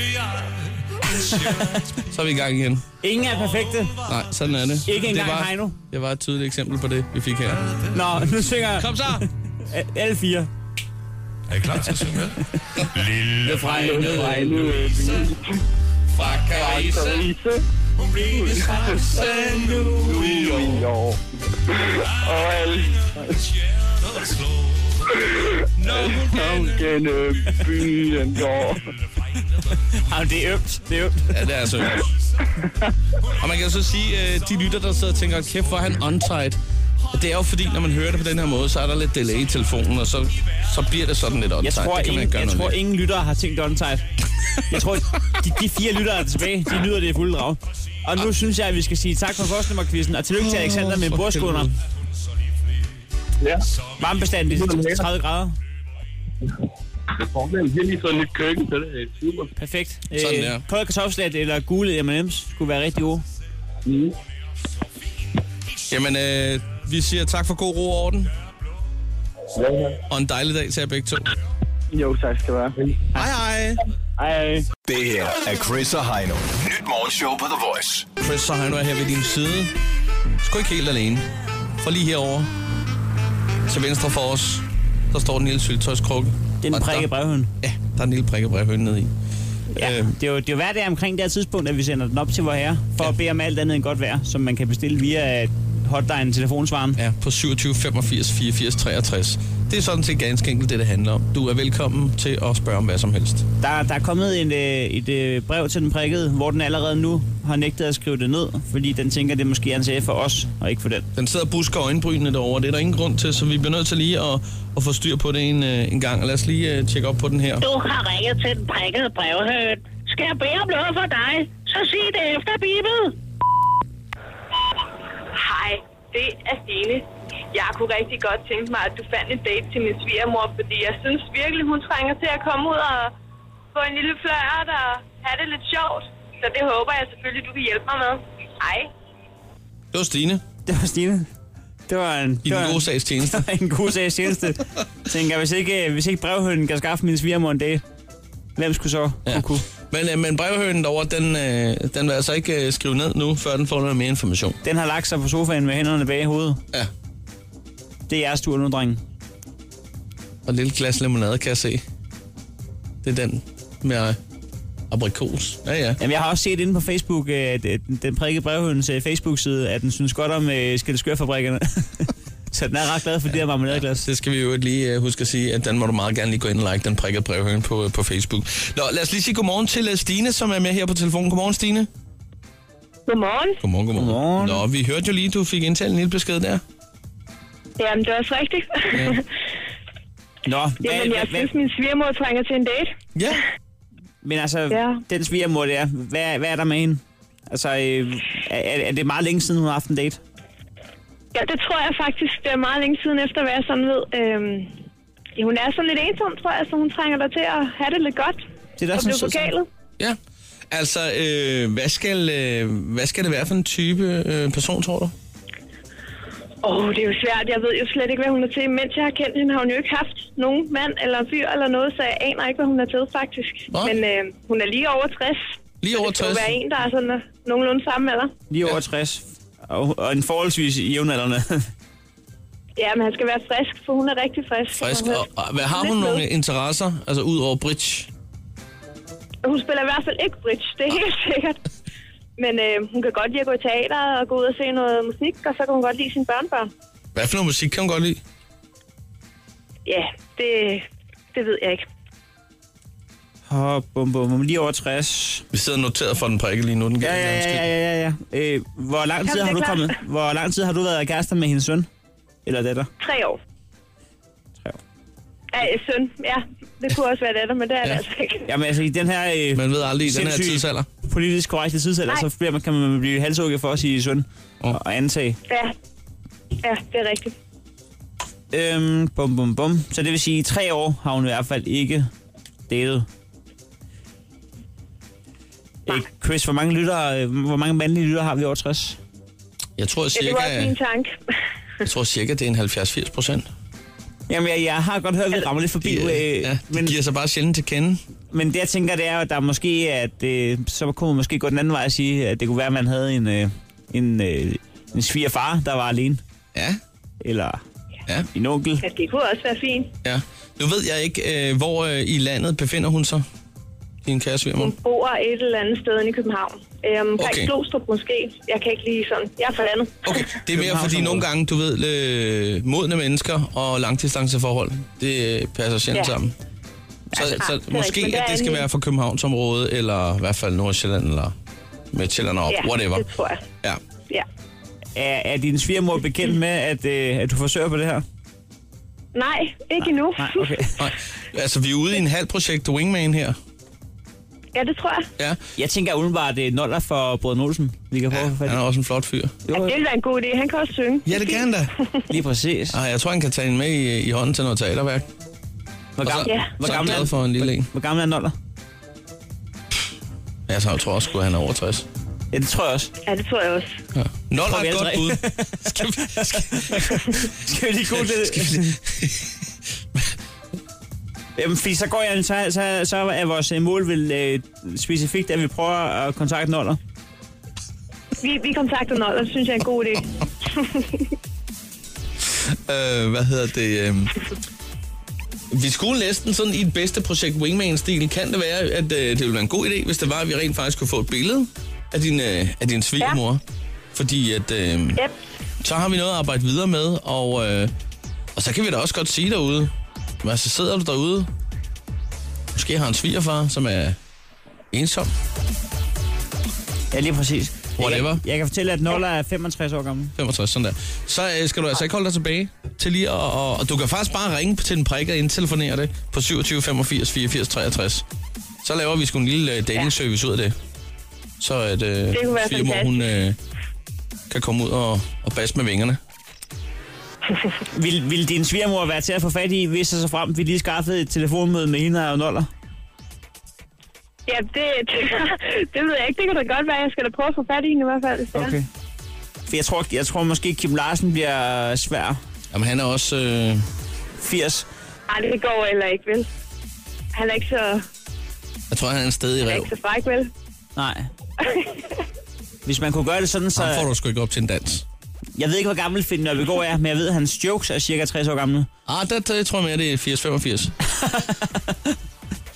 Så er vi i gang igen. Ingen er perfekte. Nej, sådan er det. Ikke engang Heino. Det var et tydeligt eksempel på det, vi fik her. Nå, nu synger... Kom så! Alle 4. Er I klar til at synge med? Lille Frejne, fra Carise, hun bliver sandt nu i år. Og alle... Når hun gennem byen går. Jamen, det er ømt. Det er ømt. Ja, det er altså ømt. Og man kan jo så sige, de lytter, der sidder og tænker, kæft, hvor er han on-tight. Det er jo fordi, når man hører det på den her måde, så er der lidt delay i telefonen, og så bliver det sådan lidt on-tight. Jeg tror ingen lyttere har tænkt on-tight. Jeg tror, de 4 lyttere er tilbage. De nyder det i fulde drag. Og nu synes jeg, at vi skal sige tak for postnummerquizzen, og tillykke til Alexander med bordskåner. Ja. Varmebestandigt, 30 grader. Vi har lige fået et nyt køkken, så det er super. Perfekt. Sådan der. Kold kartoffelsalat eller gule M&M's skulle være rigtig gode. Mm. Jamen, vi siger tak for god ro og orden. Ja. Og en dejlig dag til jer begge to. Jo, tak skal du have. Hej hej. Hej. Det her er Chris og Heino. Nyt morgenshow på The Voice. Chris og Heino er her ved din side. Sgu ikke helt alene. For lige herover til venstre for os, der står den lille syltøjskrukke. Det er en prikket brevhøn. Ja, der er en lille prikket brevhøn nede i. Ja, det er jo hver dag omkring det her tidspunkt, at vi sender den op til Vorherre, for at bede om alt andet end godt vejr, som man kan bestille via hotline telefonsvaren. Ja, på 27 85 84 63. Det er sådan set ganske enkelt det handler om. Du er velkommen til at spørge om hvad som helst. Der er kommet et brev til den prikkede, hvor den allerede nu har nægtet at skrive det ned, fordi den tænker, det måske er en sag for os, og ikke for den. Den sidder og busker øjenbrynene derovre, det er der ingen grund til, så vi bliver nødt til lige at få styr på det en gang. Og lad os lige tjekke op på den her. Du har ringet til den prikkede brevhøn. Skal jeg bede om noget for dig, så sig det efter Bibel. Hej, det er Stine. Jeg kunne rigtig godt tænke mig, at du fandt en date til min svigermor, fordi jeg synes virkelig, hun trænger til at komme ud og få en lille flørt og have det lidt sjovt. Så det håber jeg selvfølgelig, du kan hjælpe mig med. Hej. Det var Stine. Det var Stine. Det var en god sags tjeneste. En god sags tjeneste. Tænker, hvis ikke brevhønen kan skaffe min svigermor en date, hvem skulle så kunne? Men brevhønen derovre, den vil altså ikke skrive ned nu, før den får noget mere information. Den har lagt sig på sofaen med hænderne bag hovedet. Ja. Det er jeres tur nu, drenge. Og et lille glas limonade, kan jeg se. Det er den med Aprikos. Ja. Jamen, jeg har også set inde på Facebook, den prikkede brevhøns Facebook-side, at den synes godt om skældeskørfabrikkerne. Så den er ret glad for det her marmeladeglas. Det skal vi jo lige huske at sige, at den må du meget gerne lige gå ind og like, den prikkede brevhøn på Facebook. Nå, lad os lige sige godmorgen til Stine, som er med her på telefonen. Godmorgen, Stine. Godmorgen. Godmorgen. Nå, vi hørte jo lige, du fik indtalt en lille besked der. Jamen, det er også rigtigt. Ja. Nå, Jamen, jeg synes, min svigermor trænger til en date. Ja. Men altså, den svigermor der, hvad er der med hende? Altså, er det meget længe siden, hun har haft en date? Ja, det tror jeg faktisk. Det er meget længe siden efter, hvad jeg sådan ved. Hun er sådan lidt ensom, tror jeg, så hun trænger der til at have det lidt godt. Det er og blive forkælet. Ja. Altså, hvad skal det være for en type person, tror du? Det er jo svært. Jeg ved jo slet ikke, hvad hun er til. Mens jeg har kendt hende, har hun jo ikke haft nogen mand eller fyr eller noget, så jeg aner ikke, hvad hun er til, faktisk. Nå. Men hun er lige over 60. Lige over 60? Det skal være en, der er sådan nogenlunde samme alder. Lige over 60. Og en forholdsvis jævnaldrende. Ja, men han skal være frisk, for hun er rigtig frisk. Frisk? Og hvad har hun nogle interesser, altså ud over bridge? Hun spiller i hvert fald ikke bridge, det er helt sikkert. Men hun kan godt lide at gå i teater og gå ud og se noget musik, og så kan hun godt lide sine børnebørn. Hvad for noget musik kan hun godt lide? Ja, det ved jeg ikke. Bum, lige over 60. Vi sidder noteret for den prikke lige nu. Den Ja. Hvor lang tid har du været kærester med hendes søn? Eller datter? 3 år. 3 år. Søn, ja. Det kunne også være datter, men det er det altså ikke. Jamen altså i den her... man ved aldrig i den her tidsalder. Politisk korrekte tidsalder, så kan man blive halshugget for at sige søn og antage. Ja, det er rigtigt. Bum. Så det vil sige, 3 år har hun i hvert fald ikke datet. Chris, hvor mange mandlige lyttere har vi over 60? Jeg tror cirka... Det var også min tanke. Jeg tror cirka, det er en 70-80%. Jamen, jeg har godt hørt, at vi rammer lidt forbi. Men giver sig bare sjældent til kende. Men det, jeg tænker, det er, at der måske, så kunne man måske gå den anden vej og sige, at det kunne være, at man havde en svigerfar, der var alene. Ja. Eller en onkel. Ja, det kunne også være fint. Ja. Nu ved jeg ikke, hvor i landet befinder hun sig, din kære svigermor? Hun bor et eller andet sted i København. Okay. Glostrup måske. Jeg kan ikke lige sådan. Jeg er fra landet. Okay, det er mere fordi nogle gange, du ved, modne mennesker og langdistanceforhold, det passer sjældent sammen. Så måske, at det skal være fra Københavnsområdet, eller i hvert fald Nordsjælland, eller Midtjylland og whatever. Det tror jeg. Ja. Er din svigermor bekendt med, at du forsøger på det her? Nej, ikke endnu. Nej, okay. Nej. Altså, vi er ude i en halv projekt Wingman her. Ja, det tror jeg. Ja. Jeg tænker umiddelbart, det er noller for Brødre Olsen. Vi kan prøve han er også en flot fyr. Ja, det vil være en god idé. Han kan også synge. Ja, det kan han da. Lige præcis. Jeg tror, han kan tage en med i hånden til noget teaterværk. Hvor gammel er for en lille en? Hvor gammel er Noller? Jeg tror også, at han er over 60. Ja, det tror jeg også. Ja, det tror jeg også. Ja. Noller er et godt bud. Skal vi lige gå det? Jamen, fordi så går jeg, så er vores mål vel specifikt, at vi prøver at kontakte Noller. Vi kontakter Noller, det synes jeg er en god idé. Hvad hedder det? Vi skulle næsten sådan i et bedste projekt Wingman-stil. Kan det være, at det ville være en god idé, hvis det var, at vi rent faktisk kunne få et billede af din svigermor? Ja. Fordi at, så har vi noget at arbejde videre med, og så kan vi da også godt sige derude, så sidder du derude, måske har en svigerfar, som er ensom. Ja, lige præcis. Whatever. Jeg kan fortælle, at Noller er 65 år gammel. 65, sådan der. Så skal du altså ikke holde dig tilbage til lige og du kan faktisk bare ringe til den prikker og indtelefonere det på 27 85 84 63. Så laver vi sgu en lille dating-service ud af det. Så at svigermor, hun kan komme ud og basse med vingerne. Vil din svigermor være til at få fat i, hvis så frem vi lige skaffede et telefonmøde med hende og Noller? Ja, det ved jeg ikke. Det kan da godt være, jeg skal da prøve at få fat i hende i hvert fald. Okay. For jeg tror måske, Kim Larsen bliver svær. Jamen, han er også 80. Nej, det går heller ikke, vel? Han er ikke så... Jeg tror, han er en sted i rev. Han er ikke så fræk, vel? Nej. Hvis man kunne gøre det sådan, så... Han får du sgu ikke op til en dans. Jeg ved ikke, hvor gammel Finn Nørbegaard er, men jeg ved, at hans jokes er cirka 60 år gamle. Det tror jeg mere, det er 80-85.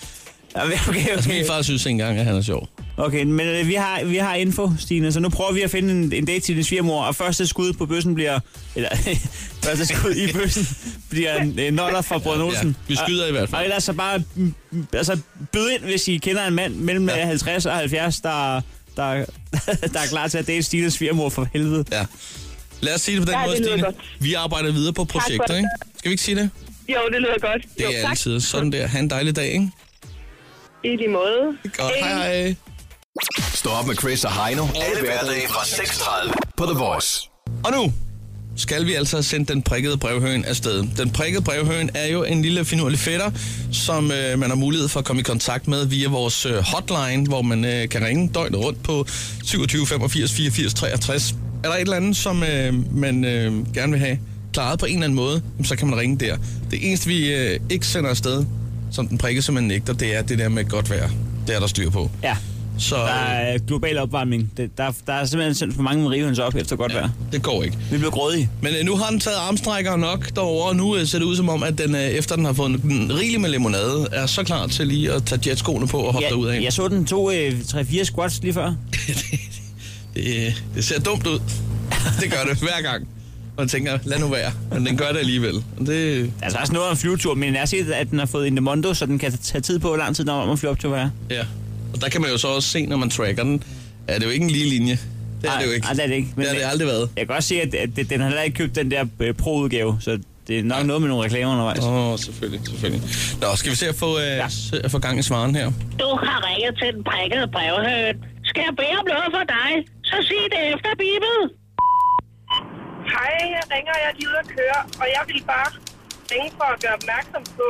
Okay. Altså, min far synes ikke engang, at han er sjov. Okay, men vi har info, Stine, så nu prøver vi at finde en date til din svigermor, og første skud på bøssen bliver... Eller, første skud i bøssen bliver en noller fra Brød Olsen. Ja, vi skyder i hvert fald. Og ellers så bare byd ind, hvis I kender en mand mellem 50 og 70, der er klar til at date Stines svigermor for helvede. Ja. Lad os sige det på den måde, Stine. Vi arbejder videre på projekter, ikke? Skal vi ikke sige det? Jo, det lyder godt. Det er altid sådan der. Ha' en dejlig dag, ikke? I lige måde. Godt, hej. Stå op med Chris og Heino. Alle hverdage fra 6:30 på The Voice. Og nu skal vi altså sende den prikkede brevhøn afsted. Den prikkede brevhøn er jo en lille finurlig fætter, som man har mulighed for at komme i kontakt med via vores hotline, hvor man kan ringe døgnet rundt på 27 85 84 63. Er der et eller andet, som man gerne vil have klaret på en eller anden måde, så kan man ringe der. Det eneste, vi ikke sender afsted, som den prikke, som man nægter, det er det der med godt vejr. Det er der styr på. Ja. Så, der er global opvarmning. Der er simpelthen sendt for mange rivehøns op efter godt vejr. Det går ikke. Vi bliver grådige. Men nu har den taget armstrækker nok derovre, og nu ser det ud som om, at den, efter den har fået en rigelig med limonade, er så klar til lige at tage jetskoene på og hoppe derud af. Jeg så den 3-4 squats lige før. det ser dumt ud. Det gør det hver gang. Og tænker, lad nu være. Men den gør det alligevel. Og det... Altså også noget om en flyvetur, men jeg har set, at den har fået Indemondo, så den kan tage tid på, hvor lang tid når man flyver op til at være. Ja, og der kan man jo så også se, når man tracker den, er det jo ikke en lige linje. Det er det jo ikke. Nej, det er det ikke. Men det har det aldrig været. Jeg kan også se, at den har heller ikke købt den der pro-udgave, så det er nok noget med nogle reklamer undervejs. Selvfølgelig. Nå, skal vi se at få gang i svaren her? Du har ringet til den prikkede brevhøn. Skal jeg bede om noget for dig, så sig det efter, Bibel. Hej, jeg ringer, jeg er lige ude at køre, og jeg vil bare ringe for at gøre opmærksom på,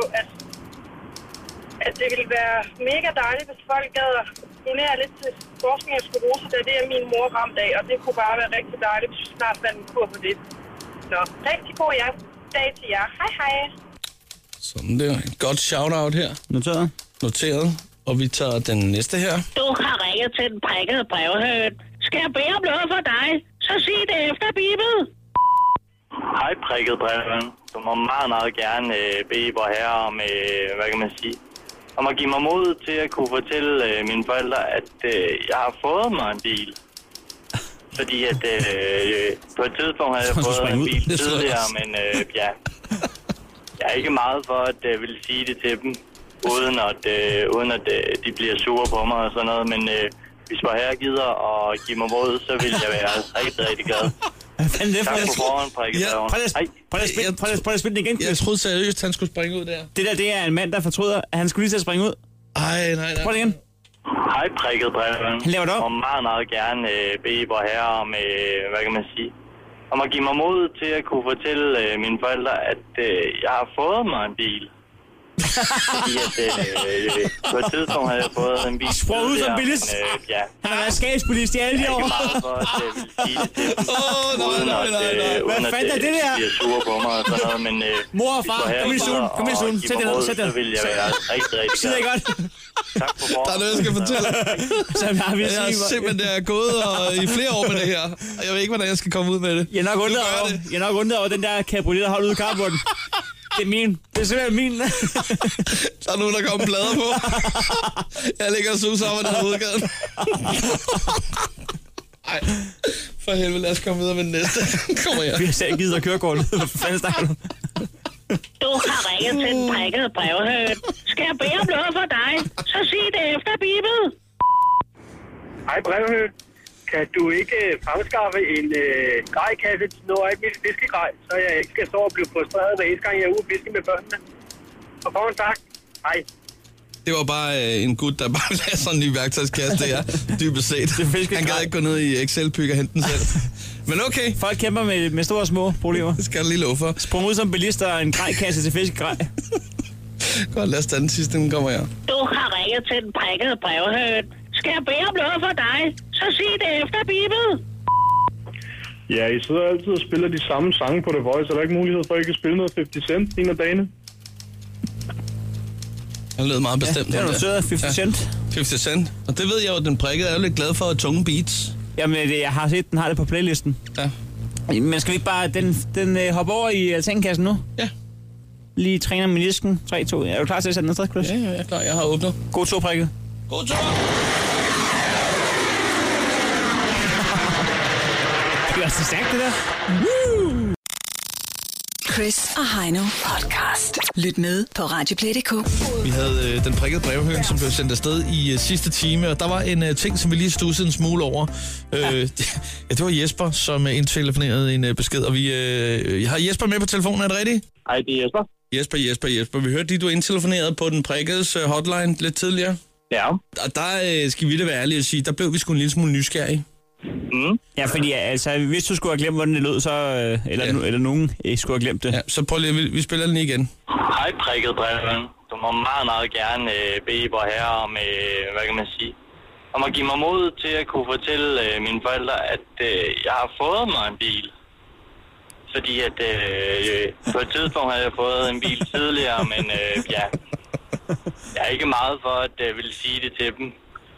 at det ville være mega dejligt, hvis folk gad at donere lidt til forskning og sklerose, da det er min mor ramt af, og det kunne bare være rigtig dejligt, hvis vi snart fandt en kur på det. Så rigtig god dag til jer. Hej. Sådan der. Et godt shout-out her. Noteret. Og vi tager den næste her. Du har ringet til den prikkede brevhøn. Skal jeg bede om noget for dig, så sig det efter, Bibel. Hej, prikket brevhøn. Du må meget gerne bede vor herre om, hvad kan man sige, om at give mig mod til at kunne fortælle mine forældre, at jeg har fået mig en bil. Fordi at på et tidspunkt havde jeg fået en bil tidligere, men ja, jeg er ikke meget for at ville sige det til dem, uden at de bliver sure på mig og sådan noget, men hvis vor herre gider at give mig mod, så vil jeg være rigtig glad. Tak for forhånd, prikket brevhøn. Prøv at spille den igen, Chris. Jeg troede seriøst, han skulle springe ud der. Det er en mand, der fortryder, at han skulle lige til at springe ud. Ej, nej. Prøv det igen. Hej, prikket brevhøn. Han laver det op. Og meget gerne bede vor herre om, hvad kan man sige, om at give mig mod til at kunne fortælle mine forældre, at jeg har fået mig en bil. Fordi at på et tidspunkt havde jeg fået en bil. Sprog ud som bilist. Ja. Han har været skabsbilist i alle de år. Jeg er ikke meget for at ville sige det til dem. Nej. Hvad fanden er det der? De bliver sure på mig og sådan noget, men mor og far, kom i Zoom. Sæt det ned. Så vil jeg være rigtig glad. Sidder I godt? Tak for forhånd. Der er noget, jeg skal fortælle. Jeg har simpelthen gået i flere år med det her, og jeg ved ikke, hvordan jeg skal komme ud med det. Jeg er nok undret over den der cabriolet, der holder ude i carporten. Det er min. Det er simpelthen min. Der er nogen, der kommer blader på. Jeg ligger og suser over den hovedgaden. Ej, for helvede, lad os komme videre med den næste. Kommer her. Vi har selv givet at kørekortet. Hvad fanden snakker du? Du har ringet til den prikkede brevhøn. Skal jeg bede om noget for dig, så sig det efter, Bibel. Hej, brevhøn. Kan du ikke fremskaffe en grejkasse til noget af mit fiskegrej, så jeg ikke skal stå og blive frustreret hver eneste gang, jeg er ude og fiske med børnene? Og forhånd tak. Hej. Det var bare en gut, der bare lagde sådan en ny værktøjskasse, det er dybest set. Han gad ikke gå ned i Excel-pyg og hente den selv. Men okay. Folk kæmper med store og små problemer. Det skal jeg lige love for. Sprung ud som bilister og en grejkasse til fiskegrej. Godt, lad os tage den sidste, den kommer her. Du har ringet til den prikkede brevhøn. Skal jeg bede om noget for dig, så sig det efter, Bibel. Ja, I sidder altid og spiller de samme sange på The Voice. Er der ikke mulighed for, at I kan spille noget 50 Cent en af dagene? Han lød meget bestemt. Ja, det er noteret 50 Cent. 50 Cent. Og det ved jeg jo, at den prikkede er jo lidt glad for tunge beats. Jamen, jeg har set, den har det på playlisten. Ja. Men skal vi ikke bare... Den hopper over i altankassen nu? Ja. Lige træner menisken. 3, 2. Er du klar til at sætte den afsted, Chris? Ja, jeg er klar. Jeg har åbnet. God tur, Prikket. God tur! Det er så stærkt, det der. Woo! Chris og Heino podcast. Lyt med på radioplay.dk. Vi havde den prikkede brevhøn, som blev sendt afsted i sidste time, og der var en ting, som vi lige studsede en smule over. Det var Jesper, som indtelefonerede en besked, og vi har Jesper med på telefonen, er det rigtigt? Hej, det er Jesper. Jesper. Vi hørte lige, du indtelefonerede på den prikkedes hotline lidt tidligere. Ja. Og der skal vi da være ærlige at sige, der blev vi sgu en lille smule nysgerrige. Mm. Ja, fordi altså, hvis du skulle have glemt, hvordan det lød, så, eller nogen skulle have glemt det. Ja, så prøv lige, vi spiller den igen. Hej, prikket brevhøn. Du må meget gerne bede vor herre om, hvad kan man sige, om at give mig mod til at kunne fortælle mine forældre, at jeg har fået mig en bil. Fordi at på et tidspunkt havde jeg fået en bil tidligere, men ja, jeg er ikke meget for at ville sige det til dem,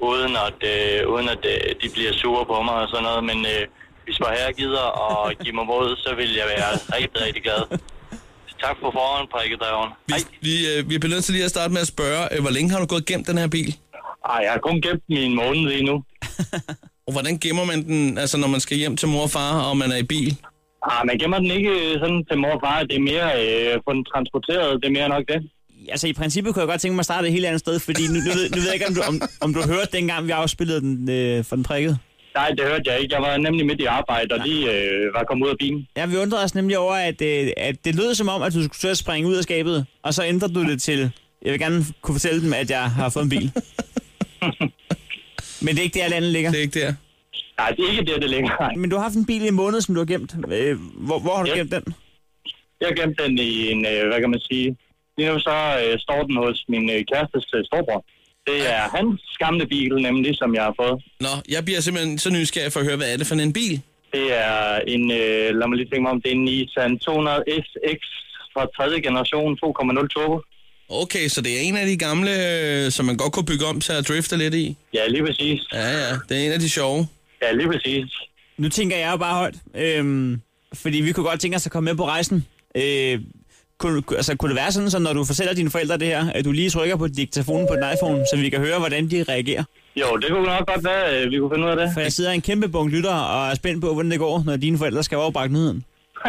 uden at de bliver sure på mig og sådan noget, men hvis vor herre gider at give mig mod, så vil jeg være rigtig, rigtig glad. Tak for forhånd, prikkedreven. Vi bliver nødt til lige at starte med at spørge, hvor længe har du gået gemt den her bil? Jeg har kun gemt den i en måned lige nu. Og hvordan gemmer man den, altså når man skal hjem til mor og far, og man er i bil? Man gemmer den ikke sådan til mor og far. Det er mere få den transporteret, det er mere nok det. Altså i princippet kunne jeg godt tænke mig at starte et helt andet sted, fordi nu ved jeg ikke, om du hørte dengang, vi afspillede den for den prikkede. Nej, det hørte jeg ikke. Jeg var nemlig midt i arbejde, og lige var kommet ud af bilen. Ja, vi undrede os nemlig over, at det lød som om, at du skulle springe ud af skabet, og så ændrede du det til, jeg vil gerne kunne fortælle dem, at jeg har fået en bil. Men det er ikke der, landet ligger? Det er ikke der. Nej, det er ikke der, det ligger. Men du har haft en bil i en måned, som du har gemt. Hvor har du gemt den? Jeg har gemt den i en, hvad kan man sige... Lige nu så står den hos min kærestes storbror. Det er hans gamle bil, nemlig, som jeg har fået. Nå, jeg bliver simpelthen så nysgerrig for at høre, hvad er det for en bil? Det er en, lad mig lige tænke mig om, det er en Nissan 200 SX fra 3. generation 2,0 turbo. Okay, så det er en af de gamle, som man godt kunne bygge om til at drifte lidt i? Ja, lige præcis. Ja, det er en af de sjove. Ja, lige præcis. Nu tænker jeg jo bare højt, fordi vi kunne godt tænke os at komme med på rejsen. Kunne det være sådan, så når du fortæller dine forældre det her, at du lige trykker på diktafonen på din iPhone, så vi kan høre, hvordan de reagerer? Jo, det kunne nok godt være, vi kunne finde ud af det. For jeg sidder en kæmpe bunke lytter og er spændt på, hvordan det går, når dine forældre skal overbragt nyheden.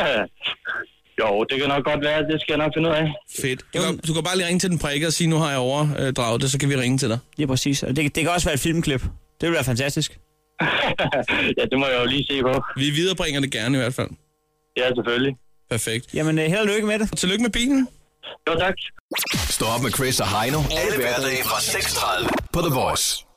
Jo, det kan nok godt være, det skal jeg nok finde ud af. Fedt. Du kan bare lige ringe til den prikke og sige, nu har jeg overdraget det, så kan vi ringe til dig. Ja, præcis. Og det kan også være et filmklip. Det vil være fantastisk. Ja, det må jeg jo lige se på. Vi viderebringer det gerne i hvert fald. Ja, selvfølgelig. Perfekt. Jamen, held og lykke med det. Tillykke med bilen. Jo, tak. Stå op med Chris og Heino. Alle hverdage fra 6:30 på The Voice.